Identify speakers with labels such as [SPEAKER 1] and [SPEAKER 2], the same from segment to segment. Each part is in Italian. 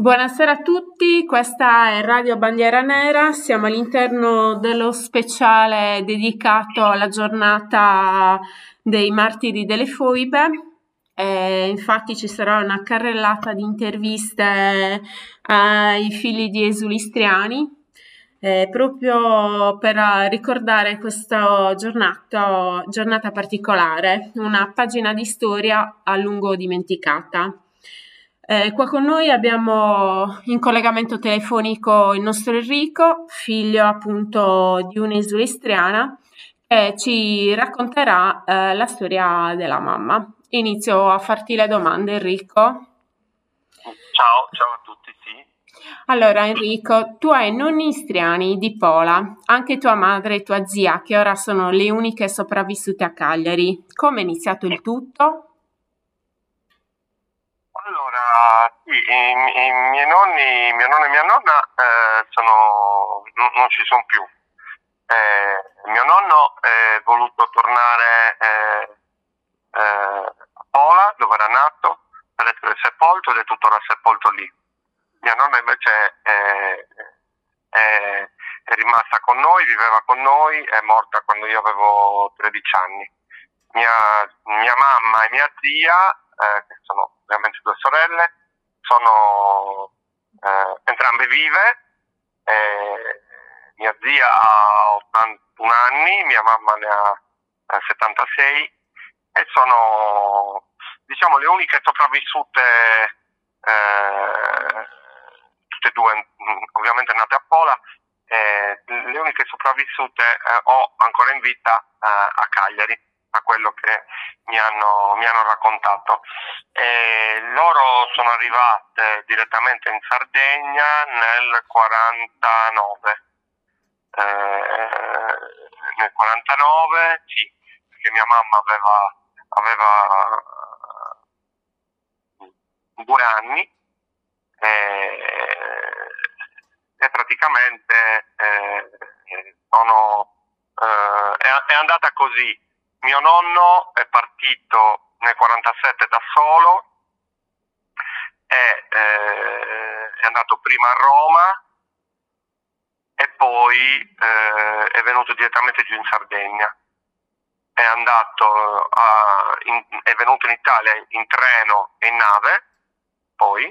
[SPEAKER 1] Buonasera a tutti, questa è Radio Bandiera Nera, siamo all'interno dello speciale dedicato alla giornata dei martiri delle foibe. Infatti ci sarà una carrellata di interviste ai figli di esuli istriani, proprio per ricordare questa giornata particolare, una pagina di storia a lungo dimenticata. Qua con noi abbiamo in collegamento telefonico il nostro Enrico, figlio appunto di un'esula istriana, che ci racconterà la storia della mamma. Inizio a farti le domande, Enrico.
[SPEAKER 2] Ciao a tutti, sì.
[SPEAKER 1] Allora, Enrico, tu hai nonni istriani di Pola, anche tua madre e tua zia, che ora sono le uniche sopravvissute a Cagliari. Come è iniziato il tutto?
[SPEAKER 2] Allora, sì, i miei nonni, mio nonno e mia nonna non ci sono più. Mio nonno è voluto tornare a Pola, dove era nato, per essere sepolto ed è tuttora sepolto lì. Mia nonna invece è rimasta con noi, viveva con noi, è morta quando io avevo 13 anni. Mia mamma e mia zia, che sono ovviamente due sorelle, sono entrambe vive. Mia zia ha 81 anni, mia mamma ne ha 76 e sono, diciamo, le uniche sopravvissute, tutte e due ovviamente nate a Pola, le uniche sopravvissute ho ancora in vita a Cagliari, a quello che mi hanno raccontato. Loro sono arrivate direttamente in Sardegna nel 49. Nel 49, sì, perché mia mamma aveva 2 anni e praticamente è andata così. Mio nonno è partito nel 47 da solo e è andato prima a Roma e poi è venuto direttamente giù in Sardegna. È venuto in Italia in treno e in nave, poi,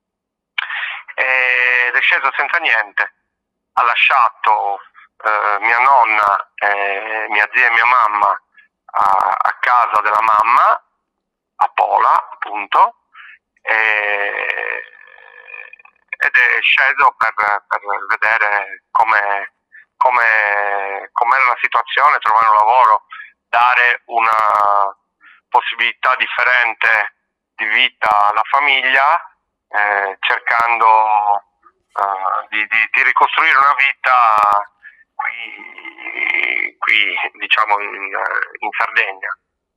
[SPEAKER 2] ed è sceso senza niente. Ha lasciato mia nonna, mia zia e mia mamma a casa della mamma, a Pola, appunto, ed è sceso per vedere com'era la situazione, trovare un lavoro, dare una possibilità differente di vita alla famiglia, cercando di ricostruire una vita qui diciamo in Sardegna.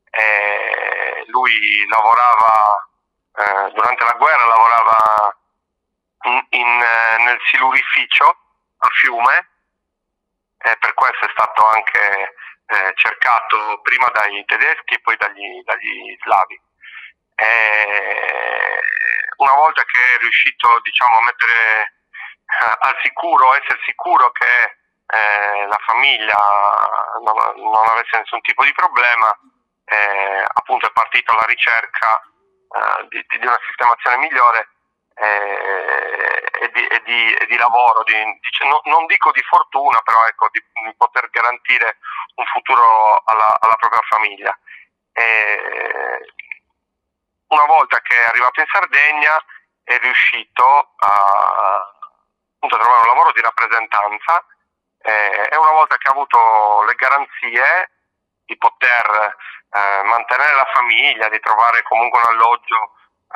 [SPEAKER 2] Lui lavorava durante la guerra, lavorava nel silurificio a Fiume, e per questo è stato anche cercato prima dai tedeschi e poi dagli slavi. Una volta che è riuscito, diciamo, a mettere al sicuro, essere sicuro che la famiglia non avesse nessun tipo di problema, appunto è partito alla ricerca di una sistemazione migliore e di lavoro, non dico di fortuna, però ecco, di poter garantire un futuro alla propria famiglia. Una volta che è arrivato in Sardegna è riuscito appunto a trovare un lavoro di rappresentanza, e una volta che ha avuto le garanzie di poter mantenere la famiglia, di trovare comunque un alloggio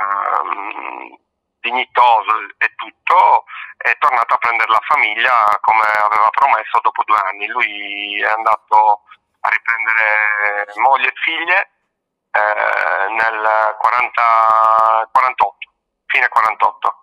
[SPEAKER 2] dignitoso e tutto, è tornato a prendere la famiglia come aveva promesso dopo 2 anni. Lui è andato a riprendere moglie e figlie nel 48, fine 48.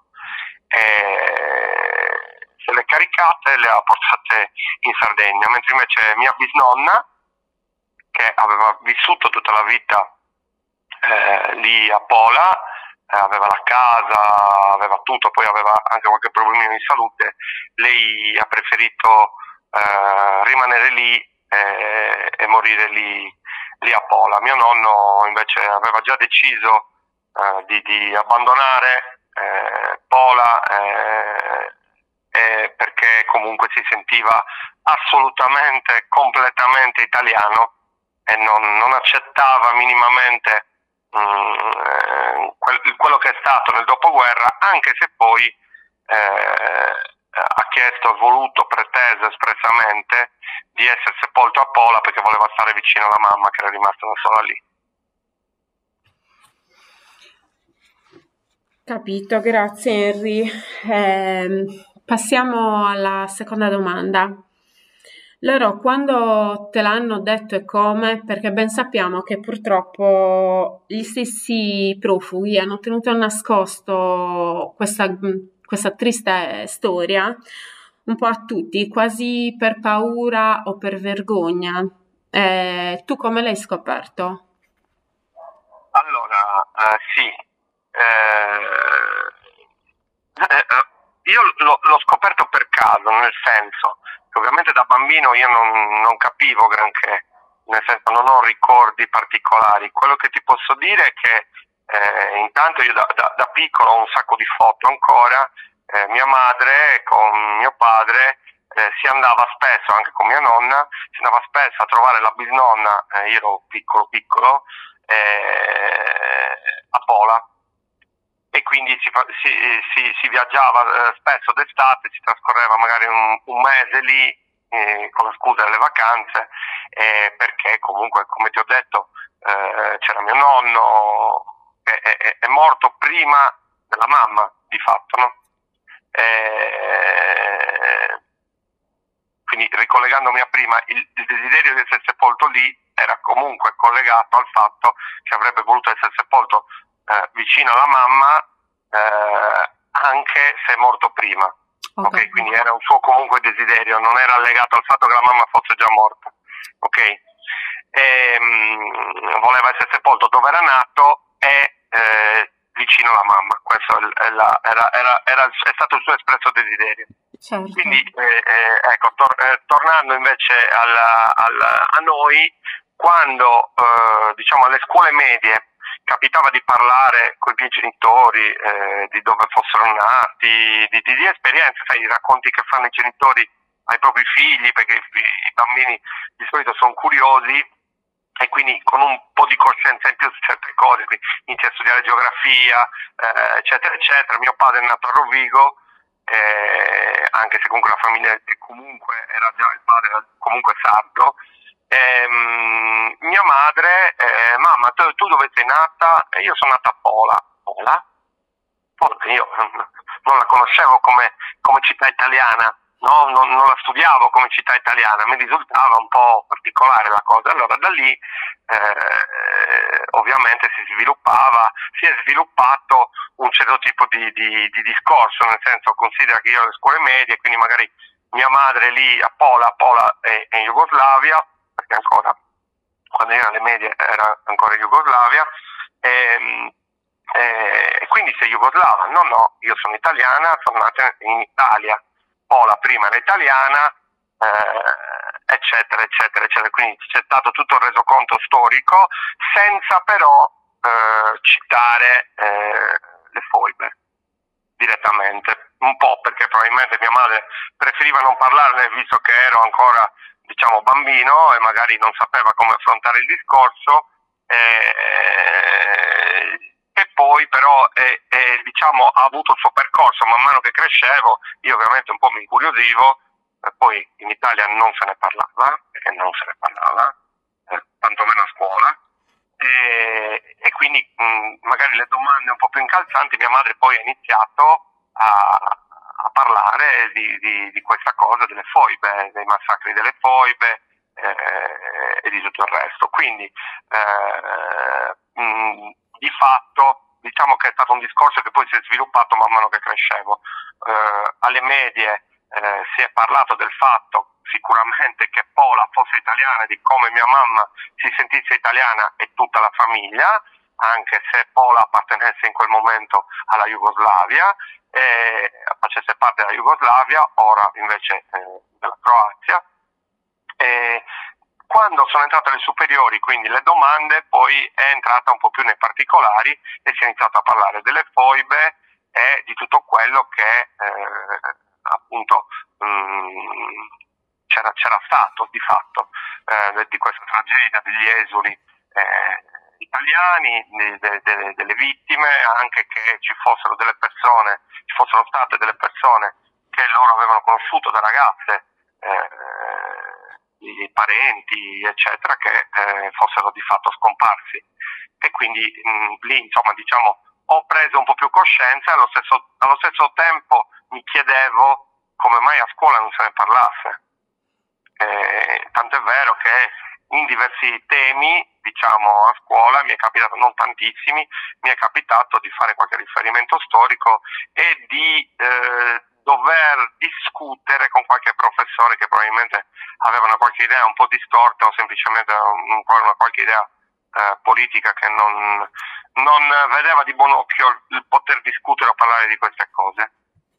[SPEAKER 2] Se le caricate, le ha portate in Sardegna, mentre invece mia bisnonna, che aveva vissuto tutta la vita lì a Pola, aveva la casa, aveva tutto, poi aveva anche qualche problemino di salute. Lei ha preferito rimanere lì e morire lì a Pola. Mio nonno invece aveva già deciso di abbandonare Pola perché comunque si sentiva assolutamente, completamente italiano e non accettava minimamente quello che è stato nel dopoguerra, anche se poi ha chiesto, ha voluto, preteso espressamente di essere sepolto a Pola perché voleva stare vicino alla mamma che era rimasta da sola lì.
[SPEAKER 1] Capito, grazie Henry. Passiamo alla seconda domanda. Loro quando te l'hanno detto e come? Perché ben sappiamo che purtroppo gli stessi profughi hanno tenuto nascosto questa triste storia un po' a tutti, quasi per paura o per vergogna. Tu come l'hai scoperto?
[SPEAKER 2] Allora, sì, io l'ho scoperto per caso, nel senso che ovviamente da bambino io non capivo granché, nel senso non ho ricordi particolari. Quello che ti posso dire è che intanto io da piccolo ho un sacco di foto ancora, mia madre con mio padre si andava spesso, anche con mia nonna, si andava spesso a trovare la bisnonna, io ero piccolo, a Pola, e quindi si viaggiava spesso d'estate, si trascorreva magari un mese lì con la scusa delle vacanze, perché comunque, come ti ho detto, c'era mio nonno che è morto prima della mamma, di fatto, no? Quindi ricollegandomi a prima, il desiderio di essere sepolto lì era comunque collegato al fatto che avrebbe voluto essere sepolto vicino alla mamma, anche se è morto prima. Okay? Quindi era un suo comunque desiderio, non era legato al fatto che la mamma fosse già morta. Okay? Voleva essere sepolto dove era nato e vicino alla mamma. Questo è stato il suo espresso desiderio.
[SPEAKER 1] Certo.
[SPEAKER 2] Quindi ecco, tornando invece a noi, quando diciamo alle scuole medie capitava di parlare con i miei genitori di dove fossero nati, di esperienze, sai, i racconti che fanno i genitori ai propri figli, perché i bambini di solito sono curiosi e quindi con un po' di coscienza in più su certe cose, quindi inizia a studiare geografia, eccetera, eccetera. Mio padre è nato a Rovigo, anche se comunque la famiglia comunque era già, il padre era comunque sardo. Mia madre, mamma, tu dove sei nata? Io sono nata a Pola. Pola? Io non la conoscevo come città italiana, no? Non la studiavo come città italiana, mi risultava un po' particolare la cosa. Allora da lì ovviamente si è sviluppato un certo tipo di discorso, nel senso, considera che io alle scuole medie, quindi magari mia madre lì a Pola è in Jugoslavia, perché ancora quando io ero alle medie era ancora in Jugoslavia, e quindi sei jugoslava? No, io sono italiana, sono nata in Italia, Pola prima era italiana, eccetera, eccetera, eccetera. Quindi c'è stato tutto il resoconto storico senza però citare le foibe direttamente, un po' perché probabilmente mia madre preferiva non parlarne visto che ero ancora, diciamo, bambino e magari non sapeva come affrontare il discorso, e poi però diciamo, ha avuto il suo percorso man mano che crescevo. Io ovviamente un po' mi incuriosivo, poi in Italia non se ne parlava, perché non se ne parlava, tantomeno a scuola, e quindi magari le domande un po' più incalzanti, mia madre poi ha iniziato a parlare di questa cosa, delle foibe, dei massacri delle foibe e di tutto il resto. Quindi di fatto diciamo che è stato un discorso che poi si è sviluppato man mano che crescevo. Alle medie si è parlato del fatto sicuramente che Pola fosse italiana, di come mia mamma si sentisse italiana e tutta la famiglia, anche se Pola appartenesse in quel momento alla Jugoslavia, facesse parte della Jugoslavia, ora invece della Croazia. Quando sono entrate alle superiori, quindi le domande, poi è entrata un po' più nei particolari e si è iniziato a parlare delle foibe e di tutto quello che appunto c'era stato di fatto di questa tragedia degli esuli italiani, delle vittime, anche che ci fossero state delle persone che loro avevano conosciuto, da ragazze, i parenti, eccetera, che fossero di fatto scomparsi. E quindi lì, insomma, diciamo, ho preso un po' più coscienza e allo stesso tempo mi chiedevo come mai a scuola non se ne parlasse. Tant'è vero che in diversi temi, diciamo, a scuola mi è capitato, non tantissimi, mi è capitato di fare qualche riferimento storico e di dover discutere con qualche professore che probabilmente aveva una qualche idea un po' distorta o semplicemente una qualche idea politica che non vedeva di buon occhio il poter discutere o parlare di queste cose.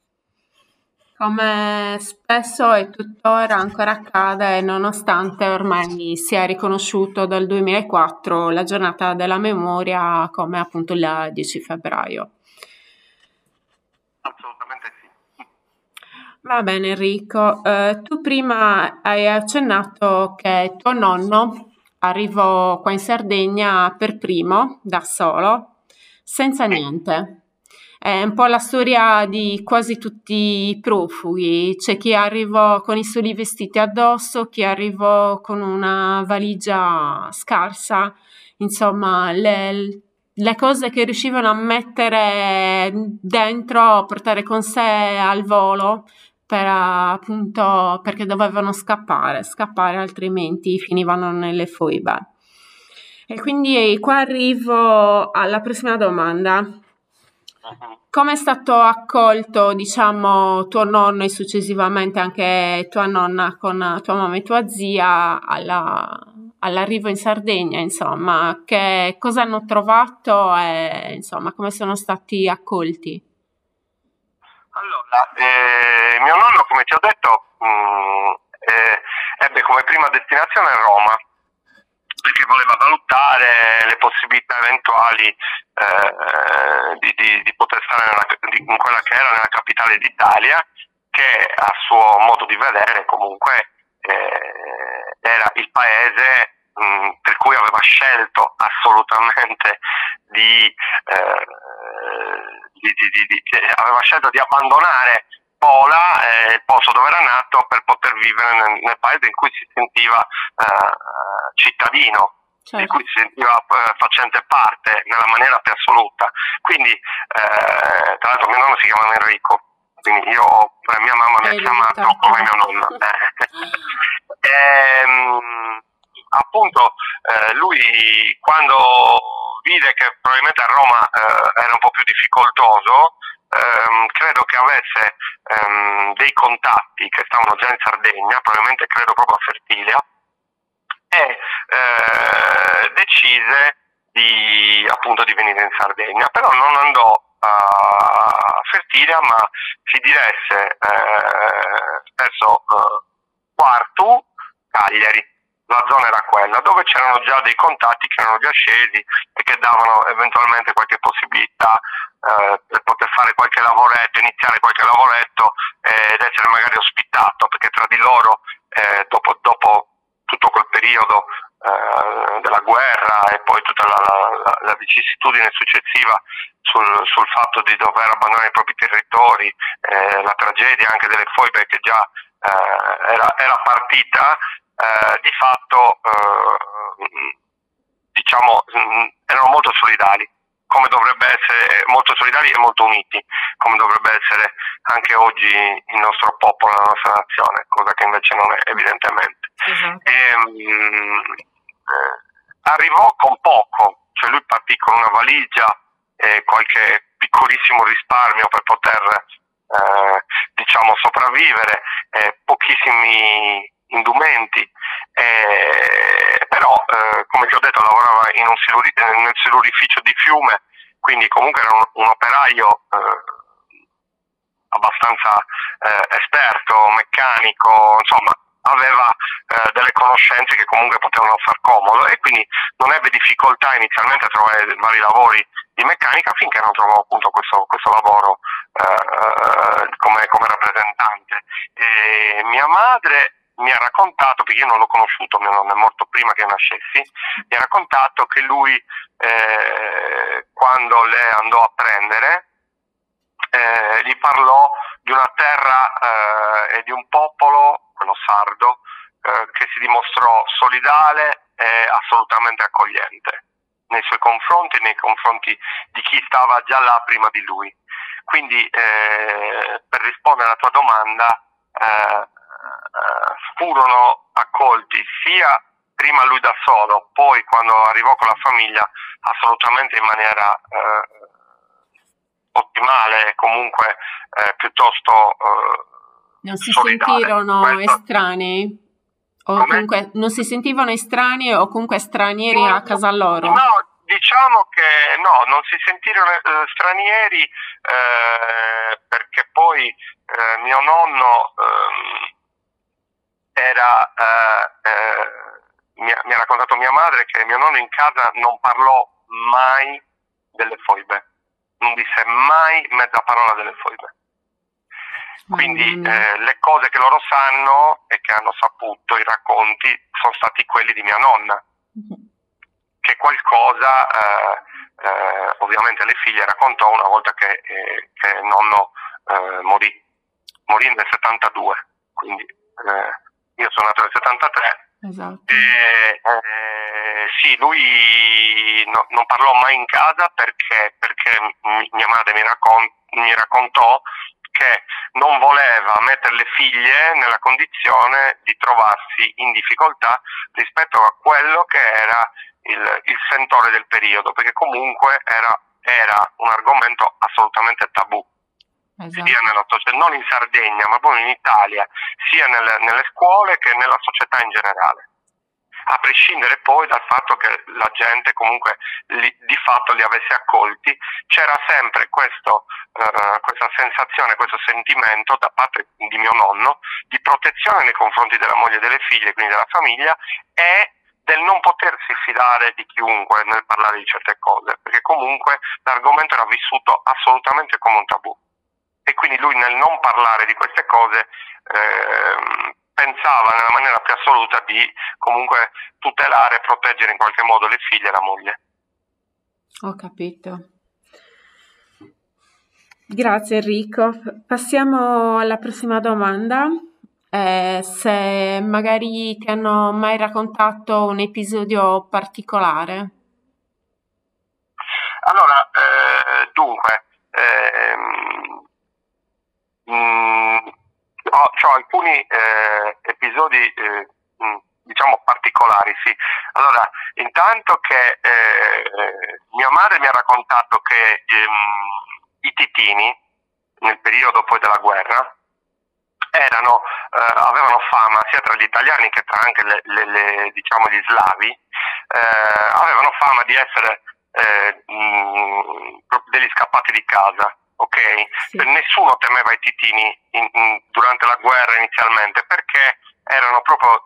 [SPEAKER 1] Come spesso e tuttora ancora accade, nonostante ormai sia riconosciuto dal 2004 la giornata della memoria come appunto il 10 febbraio.
[SPEAKER 2] Assolutamente sì.
[SPEAKER 1] Va bene Enrico, tu prima hai accennato che tuo nonno arrivò qua in Sardegna per primo, da solo, senza niente. È un po' la storia di quasi tutti i profughi, c'è chi arrivò con i soli vestiti addosso, chi arrivò con una valigia scarsa, insomma, le cose che riuscivano a mettere dentro, portare con sé al volo, appunto perché dovevano scappare, altrimenti finivano nelle foibe. E quindi qua arrivo alla prossima domanda. Come è stato accolto, diciamo, tuo nonno e successivamente anche tua nonna con tua mamma e tua zia all'arrivo in Sardegna, insomma, che cosa hanno trovato e insomma come sono stati accolti?
[SPEAKER 2] Allora, mio nonno, come ti ho detto, ebbe come prima destinazione Roma, perché voleva valutare le possibilità eventuali di poter stare in quella che era nella capitale d'Italia, che a suo modo di vedere comunque era il paese per cui aveva scelto assolutamente aveva scelto di abbandonare Pola, il posto dove era nato, per poter vivere nel paese in cui si sentiva cittadino, certo, di cui si sentiva facente parte nella maniera più assoluta. Quindi, tra l'altro, mio nonno si chiama Enrico, quindi mia mamma mi ha chiamato come mio nonno. Appunto, lui quando vide che probabilmente a Roma era un po' più difficoltoso, credo che avesse dei contatti che stavano già in Sardegna, probabilmente credo proprio a Fertilia, e decise appunto di venire in Sardegna, però non andò a Fertilia, ma si diresse verso Quartu, Cagliari. La zona era quella, dove c'erano già dei contatti che erano già scesi e che davano eventualmente qualche possibilità per poter fare qualche lavoretto, iniziare qualche lavoretto ed essere magari ospitato, perché tra di loro dopo tutto quel periodo della guerra e poi tutta la vicissitudine successiva sul fatto di dover abbandonare i propri territori, la tragedia anche delle foibe che già era partita, di fatto diciamo erano molto solidali, come dovrebbe essere, molto solidali e molto uniti, come dovrebbe essere anche oggi il nostro popolo, la nostra nazione, cosa che invece non è, evidentemente.
[SPEAKER 1] Esatto.
[SPEAKER 2] Arrivò con poco, cioè lui partì con una valigia e qualche piccolissimo risparmio per poter diciamo sopravvivere, pochissimi indumenti, però come ti ho detto, lavorava nel silurificio di Fiume, quindi comunque era un operaio abbastanza esperto, meccanico, insomma aveva delle conoscenze che comunque potevano far comodo, e quindi non ebbe difficoltà inizialmente a trovare vari lavori di meccanica, finché non trovò appunto questo lavoro come rappresentante. E mia madre mi ha raccontato, perché io non l'ho conosciuto, mio nonno è morto prima che nascessi, mi ha raccontato che lui quando le andò a prendere gli parlò di una terra e di un popolo, quello sardo, che si dimostrò solidale e assolutamente accogliente nei suoi confronti e nei confronti di chi stava già là prima di lui. Quindi per rispondere alla tua domanda, furono accolti sia prima lui da solo, poi quando arrivò con la famiglia assolutamente in maniera ottimale, comunque piuttosto
[SPEAKER 1] non si
[SPEAKER 2] solidale.
[SPEAKER 1] sentirono estranei? O comunque non si sentivano estranei o comunque stranieri a casa loro?
[SPEAKER 2] No, diciamo che no, non si sentirono stranieri perché poi mio nonno mi ha raccontato mia madre che mio nonno in casa non parlò mai delle foibe, non disse mai mezza parola delle foibe. Quindi le cose che loro sanno e che hanno saputo, i racconti, sono stati quelli di mia nonna, che qualcosa ovviamente alle figlie raccontò una volta che nonno morì nel 72, quindi io sono nato nel 73.
[SPEAKER 1] Esatto.
[SPEAKER 2] Sì, lui non parlò mai in casa perché mia madre mi raccontò che non voleva mettere le figlie nella condizione di trovarsi in difficoltà rispetto a quello che era il sentore del periodo, perché comunque era un argomento assolutamente tabù. Esatto. Sia nella società, non in Sardegna, ma poi in Italia, sia nelle scuole che nella società in generale. A prescindere poi dal fatto che la gente comunque di fatto li avesse accolti, c'era sempre questa sensazione, questo sentimento da parte di mio nonno di protezione nei confronti della moglie e delle figlie, quindi della famiglia, e del non potersi fidare di chiunque nel parlare di certe cose, perché comunque l'argomento era vissuto assolutamente come un tabù. E quindi lui nel non parlare di queste cose pensava nella maniera più assoluta di comunque tutelare e proteggere in qualche modo le figlie e la moglie.
[SPEAKER 1] Ho capito. Grazie Enrico. Passiamo alla prossima domanda. Se magari ti hanno mai raccontato un episodio particolare.
[SPEAKER 2] Allora, dunque, ho alcuni episodi diciamo particolari, sì. Allora, intanto che mia madre mi ha raccontato che i titini nel periodo poi della guerra avevano fama sia tra gli italiani che tra anche diciamo gli slavi, avevano fama di essere degli scappati di casa. Ok? Sì. Nessuno temeva i titini durante la guerra inizialmente, perché erano proprio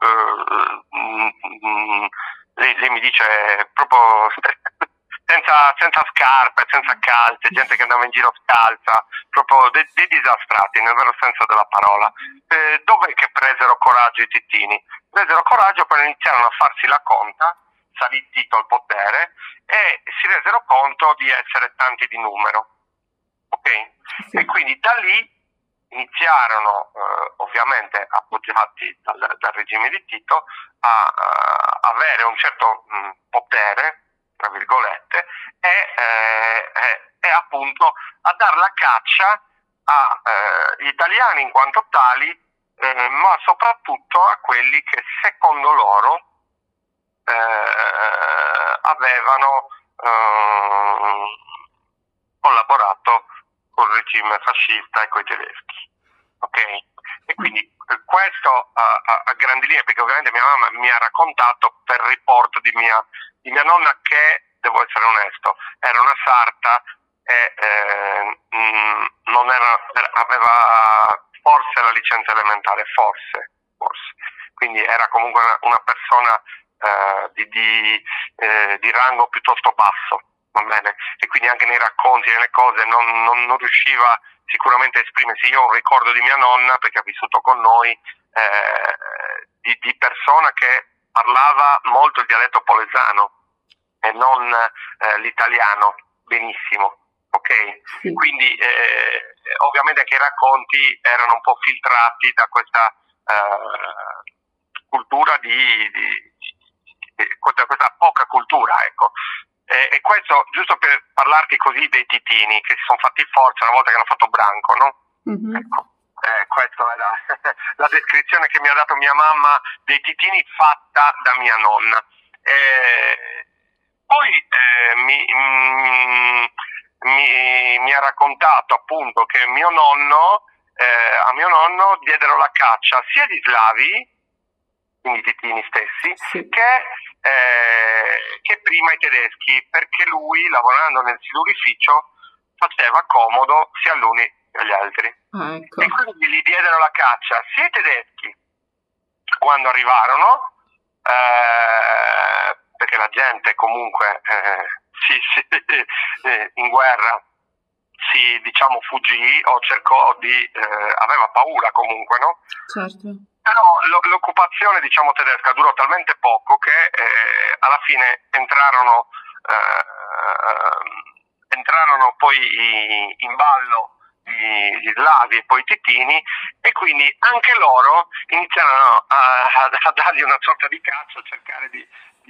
[SPEAKER 2] lei mi dice proprio senza scarpe, senza calze, gente che andava in giro scalza, proprio dei disastrati nel vero senso della parola. Dov'è che presero coraggio i titini? Presero coraggio quando iniziarono a farsi la conta, salì Tito al potere, e si resero conto di essere tanti di numero. Ok? Sì. E quindi da lì iniziarono, ovviamente appoggiati dal regime di Tito, a avere un certo potere, tra virgolette, e appunto a dar la caccia agli italiani in quanto tali, ma soprattutto a quelli che secondo loro avevano collaborato col regime fascista e coi tedeschi. ok? E quindi questo a grandi linee, perché ovviamente mia mamma mi ha raccontato per report di mia nonna che, devo essere onesto, era una sarta e non aveva forse la licenza elementare, forse. Quindi era comunque una persona di rango piuttosto basso, va bene? E quindi anche nei racconti, nelle cose non riusciva sicuramente a esprimersi. Io ho un ricordo di mia nonna, perché ha vissuto con noi, di persona che parlava molto il dialetto polesano e non l'italiano benissimo, ok?
[SPEAKER 1] Sì.
[SPEAKER 2] Quindi ovviamente anche i racconti erano un po' filtrati da questa cultura questa poca cultura, ecco. E questo giusto per parlarti così dei titini che si sono fatti forza una volta che hanno fatto branco, no?
[SPEAKER 1] Mhm.
[SPEAKER 2] Ecco. Questa è la descrizione che mi ha dato mia mamma dei titini fatta da mia nonna. Poi mi ha raccontato appunto che a mio nonno diedero la caccia sia di slavi, quindi i titini stessi,
[SPEAKER 1] Sì.
[SPEAKER 2] che prima i tedeschi, perché lui, lavorando nel silurificio, faceva comodo sia agli uni che agli altri.
[SPEAKER 1] Ecco.
[SPEAKER 2] E quindi gli diedero la caccia sia i tedeschi quando arrivarono, perché la gente comunque in guerra diciamo fuggì o cercò aveva paura comunque, no?
[SPEAKER 1] Certo.
[SPEAKER 2] Però l'occupazione diciamo tedesca durò talmente poco che alla fine entrarono poi in ballo gli slavi e poi i titini, e quindi anche loro iniziarono a dargli una sorta di caccia, a cercare di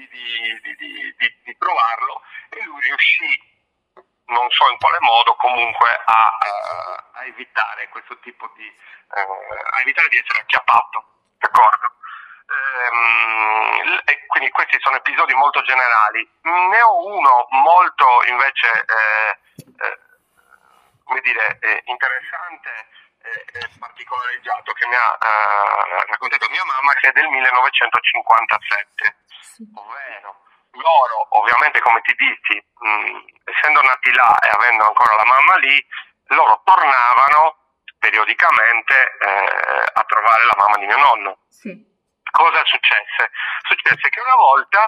[SPEAKER 2] trovarlo, e lui riuscì, non so in quale modo, comunque a evitare questo tipo a evitare di essere acchiappato, d'accordo? E quindi questi sono episodi molto generali. Ne ho uno molto invece come dire interessante e particolareggiato che mi ha raccontato mia mamma, che è del 1957, ovvero loro, ovviamente, come ti dissi, essendo nati là e avendo ancora la mamma lì, loro tornavano periodicamente a trovare la mamma di mio nonno.
[SPEAKER 1] Sì.
[SPEAKER 2] Cosa successe? Successe che una volta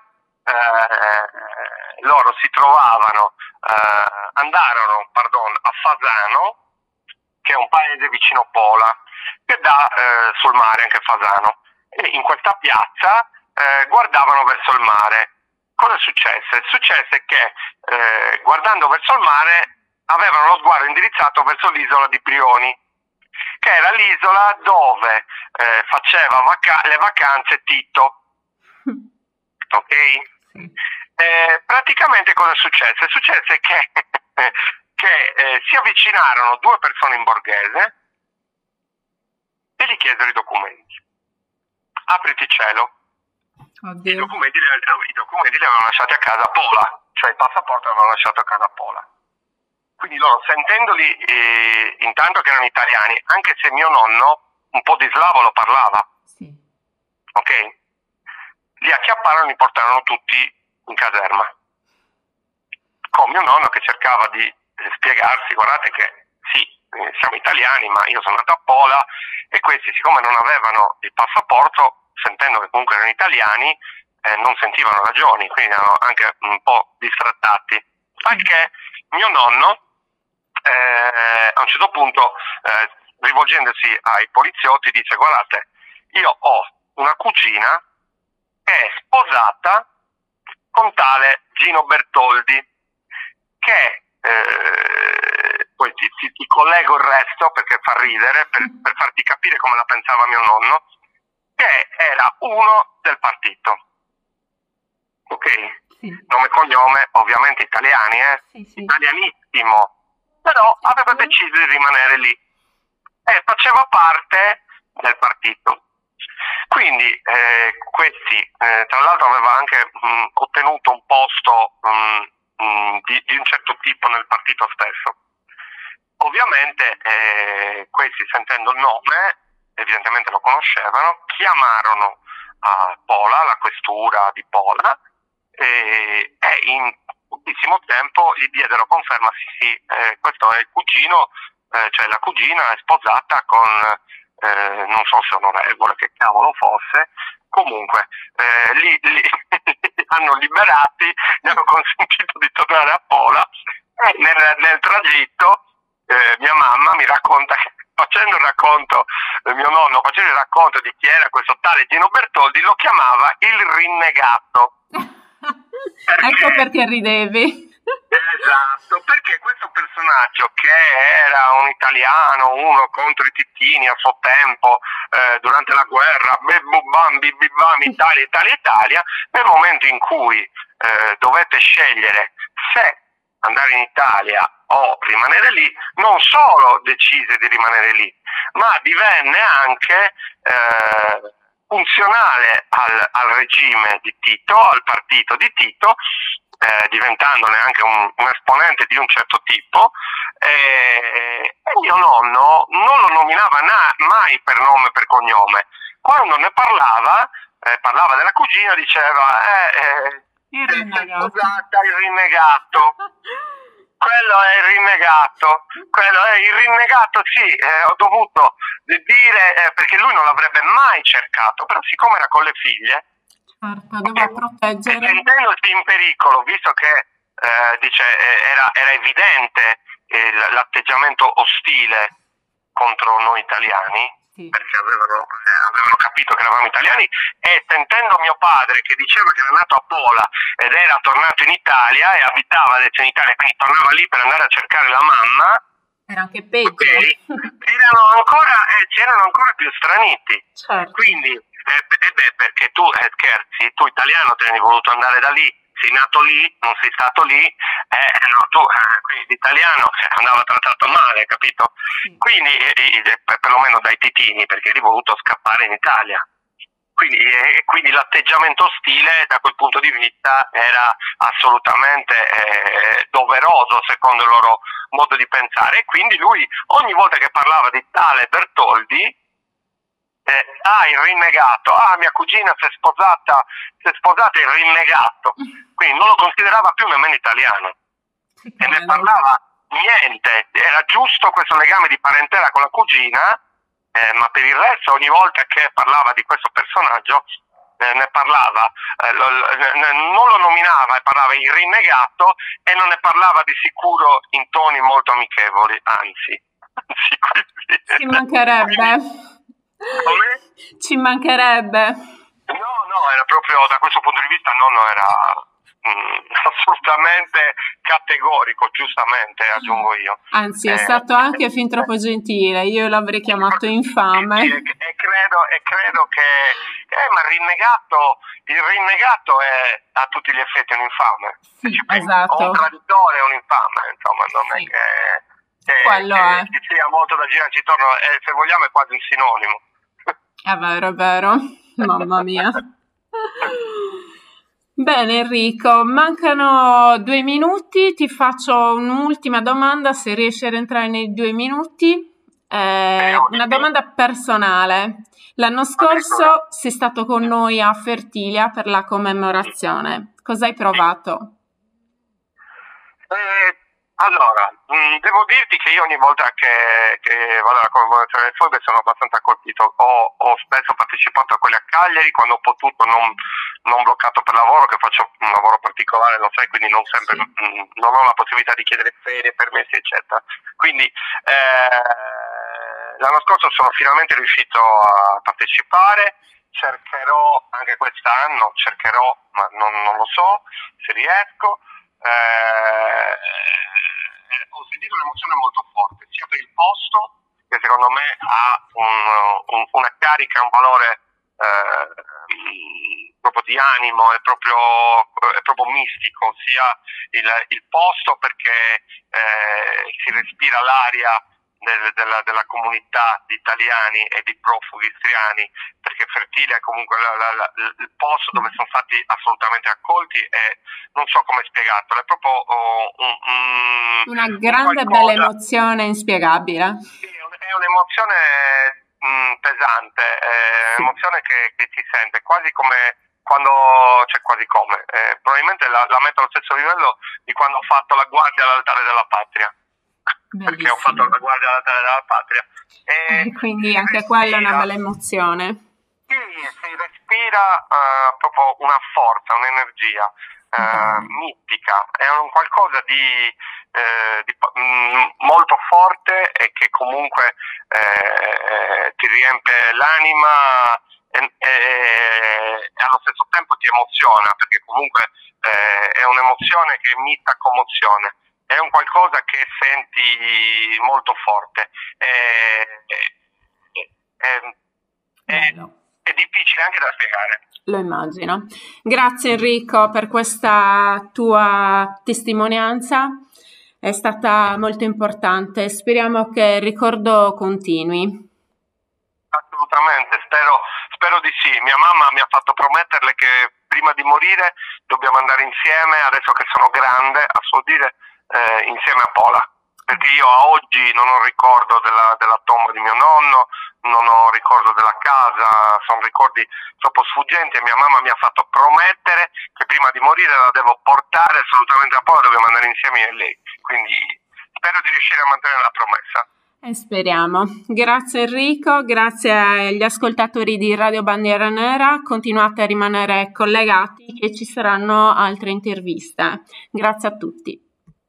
[SPEAKER 2] loro si trovavano, andarono a Fasano, che è un paese vicino Pola, che dà sul mare anche Fasano, e in questa piazza guardavano verso il mare. Cosa successe? Successe che guardando verso il mare avevano lo sguardo indirizzato verso l'isola di Brioni, che era l'isola dove faceva le vacanze Tito. Ok? Praticamente cosa successe? Successe che, si avvicinarono due persone in borghese e gli chiesero i documenti. Apriti cielo.
[SPEAKER 1] Oddio.
[SPEAKER 2] I documenti li avevano lasciati a casa a Pola, cioè il passaporto l'avevano lasciato a casa a Pola. Quindi loro, sentendoli intanto che erano italiani, anche se mio nonno un po' di slavo lo parlava,
[SPEAKER 1] sì,
[SPEAKER 2] ok? Li acchiapparono e li portarono tutti in caserma, con mio nonno che cercava di spiegarsi: guardate che sì, siamo italiani, ma io sono nato a Pola, e questi, siccome non avevano il passaporto, sentendo che comunque erano italiani, non sentivano ragioni, quindi erano anche un po' distrattati. Perché mio nonno a un certo punto, rivolgendosi ai poliziotti, dice: guardate, io ho una cugina che è sposata con tale Gino Bertoldi, che poi ti collego il resto perché fa ridere, per farti capire come la pensava mio nonno, che era uno del partito, ok?
[SPEAKER 1] sì,
[SPEAKER 2] Nome e cognome ovviamente italiani,
[SPEAKER 1] sì.
[SPEAKER 2] italianissimo, però aveva deciso di rimanere lì e faceva parte del partito. Quindi questi, tra l'altro, aveva anche ottenuto un posto di un certo tipo nel partito stesso. ovviamente questi, sentendo il nome, evidentemente lo conoscevano, chiamarono a Pola, la questura di Pola, e in pochissimo tempo gli diedero conferma, sì, questo è il cugino, cioè la cugina è sposata con, non so se onorevole, che cavolo fosse, comunque li hanno liberati, gli hanno consentito di tornare a Pola, e nel tragitto mia mamma mi racconta che facendo il racconto, mio nonno facendo il racconto di chi era questo tale Gino Bertoldi, lo chiamava il rinnegato.
[SPEAKER 1] Ecco perché ridevi.
[SPEAKER 2] Esatto, perché questo personaggio che era un italiano, uno contro i titini a suo tempo, durante la guerra, bam, bam, Italia, Italia, Italia, nel momento in cui dovette scegliere se andare in Italia o rimanere lì, non solo decise di rimanere lì, ma divenne anche funzionale al regime di Tito, al partito di Tito, diventandone anche un esponente di un certo tipo, e mio nonno non lo nominava mai per nome e per cognome. Quando ne parlava della cugina, diceva
[SPEAKER 1] Il rinnegato.
[SPEAKER 2] Scusate, il rinnegato. Quello è il rinnegato, sì, ho dovuto dire, perché lui non l'avrebbe mai cercato, però siccome era con le figlie,
[SPEAKER 1] Certo, doveva proteggere.
[SPEAKER 2] sentendosi in pericolo, visto che dice, era evidente l'atteggiamento ostile contro noi italiani,
[SPEAKER 1] Sì.
[SPEAKER 2] perché avevano capito che eravamo italiani, e sentendo mio padre che diceva che era nato a Pola ed era tornato in Italia e abitava adesso in Italia, quindi tornava lì per andare a cercare la mamma,
[SPEAKER 1] Era anche peggio.
[SPEAKER 2] okay, c'erano ancora più straniti.
[SPEAKER 1] Certo.
[SPEAKER 2] Quindi, perché tu scherzi, tu italiano te ne hai voluto andare da lì, sei nato lì, non sei stato lì, no, tu quindi l'italiano andava trattato male, capito?
[SPEAKER 1] Sì.
[SPEAKER 2] Quindi, perlomeno dai titini, perché eri voluto scappare in Italia. Quindi l'atteggiamento ostile da quel punto di vista era assolutamente doveroso secondo il loro modo di pensare, e quindi lui ogni volta che parlava di tale Bertoldi, il rinnegato, mia cugina si è sposata il rinnegato, quindi non lo considerava più nemmeno italiano, e ne parlava niente, era giusto questo legame di parentela con la cugina, ma per il resto ogni volta che parlava di questo personaggio ne parlava, non lo nominava, e parlava il rinnegato, e non ne parlava di sicuro in toni molto amichevoli, anzi
[SPEAKER 1] Ci mancherebbe.
[SPEAKER 2] Come?
[SPEAKER 1] Ci mancherebbe.
[SPEAKER 2] No, era proprio, da questo punto di vista nonno era assolutamente categorico, giustamente aggiungo io.
[SPEAKER 1] Anzi, è stato anche fin troppo gentile, io l'avrei chiamato infame.
[SPEAKER 2] E credo che ma il rinnegato è a tutti gli effetti un infame.
[SPEAKER 1] Sì, esatto.
[SPEAKER 2] O un traditore o un infame, insomma, non
[SPEAKER 1] sì.
[SPEAKER 2] è che
[SPEAKER 1] quello è.
[SPEAKER 2] ci sia molto da girarci intorno, se vogliamo è quasi un sinonimo.
[SPEAKER 1] È vero, mamma mia. Bene Enrico, mancano 2 minuti, ti faccio un'ultima domanda se riesci ad entrare nei 2 minuti. Una domanda personale. L'anno scorso sei stato con noi a Fertilia per la commemorazione. Cosa hai provato?
[SPEAKER 2] Allora, devo dirti che io ogni volta che vado alla commemorazione del Foibe sono abbastanza colpito. Ho spesso partecipato a quelle a Cagliari quando ho potuto, non bloccato per lavoro, che faccio un lavoro particolare, lo sai, quindi non sempre non ho la possibilità di chiedere ferie, permessi, eccetera. Quindi l'anno scorso sono finalmente riuscito a partecipare. Cercherò anche quest'anno, ma non lo so se riesco. Ho sentito un'emozione molto forte, sia per il posto, che secondo me ha una carica, un valore proprio di animo, è proprio mistico, sia il posto perché si respira l'aria della comunità di italiani e di profughi istriani, perché Fertilia è comunque il posto dove sono stati assolutamente accolti, e non so come spiegartelo, è proprio
[SPEAKER 1] una grande bella emozione inspiegabile.
[SPEAKER 2] Sì, è un'emozione pesante, è un'emozione che si sente quasi come quando, cioè quasi come, probabilmente la metto allo stesso livello di quando ho fatto la guardia all'altare della patria. Bellissimo. Perché ho fatto la guardia all'altare della patria. E
[SPEAKER 1] quindi anche quella è una bella emozione.
[SPEAKER 2] Sì, si respira proprio una forza, un'energia mistica, è un qualcosa di molto forte e che comunque ti riempie l'anima e allo stesso tempo ti emoziona, perché comunque è un'emozione che è mista a commozione, è un qualcosa che senti molto forte, è difficile anche da spiegare.
[SPEAKER 1] Lo immagino. Grazie Enrico per questa tua testimonianza, è stata molto importante, speriamo che il ricordo continui.
[SPEAKER 2] Assolutamente, spero di sì. Mia mamma mi ha fatto prometterle che prima di morire dobbiamo andare insieme, adesso che sono grande, a suo dire, insieme a Pola, perché io a oggi non ho ricordo della tomba di mio nonno, non ho ricordo della casa, sono ricordi troppo sfuggenti, e mia mamma mi ha fatto promettere che prima di morire la devo portare assolutamente a Pola, dobbiamo andare insieme io e lei, quindi spero di riuscire a mantenere la promessa.
[SPEAKER 1] Speriamo. Grazie Enrico, grazie agli ascoltatori di Radio Bandiera Nera, continuate a rimanere collegati che ci saranno altre interviste. Grazie a tutti.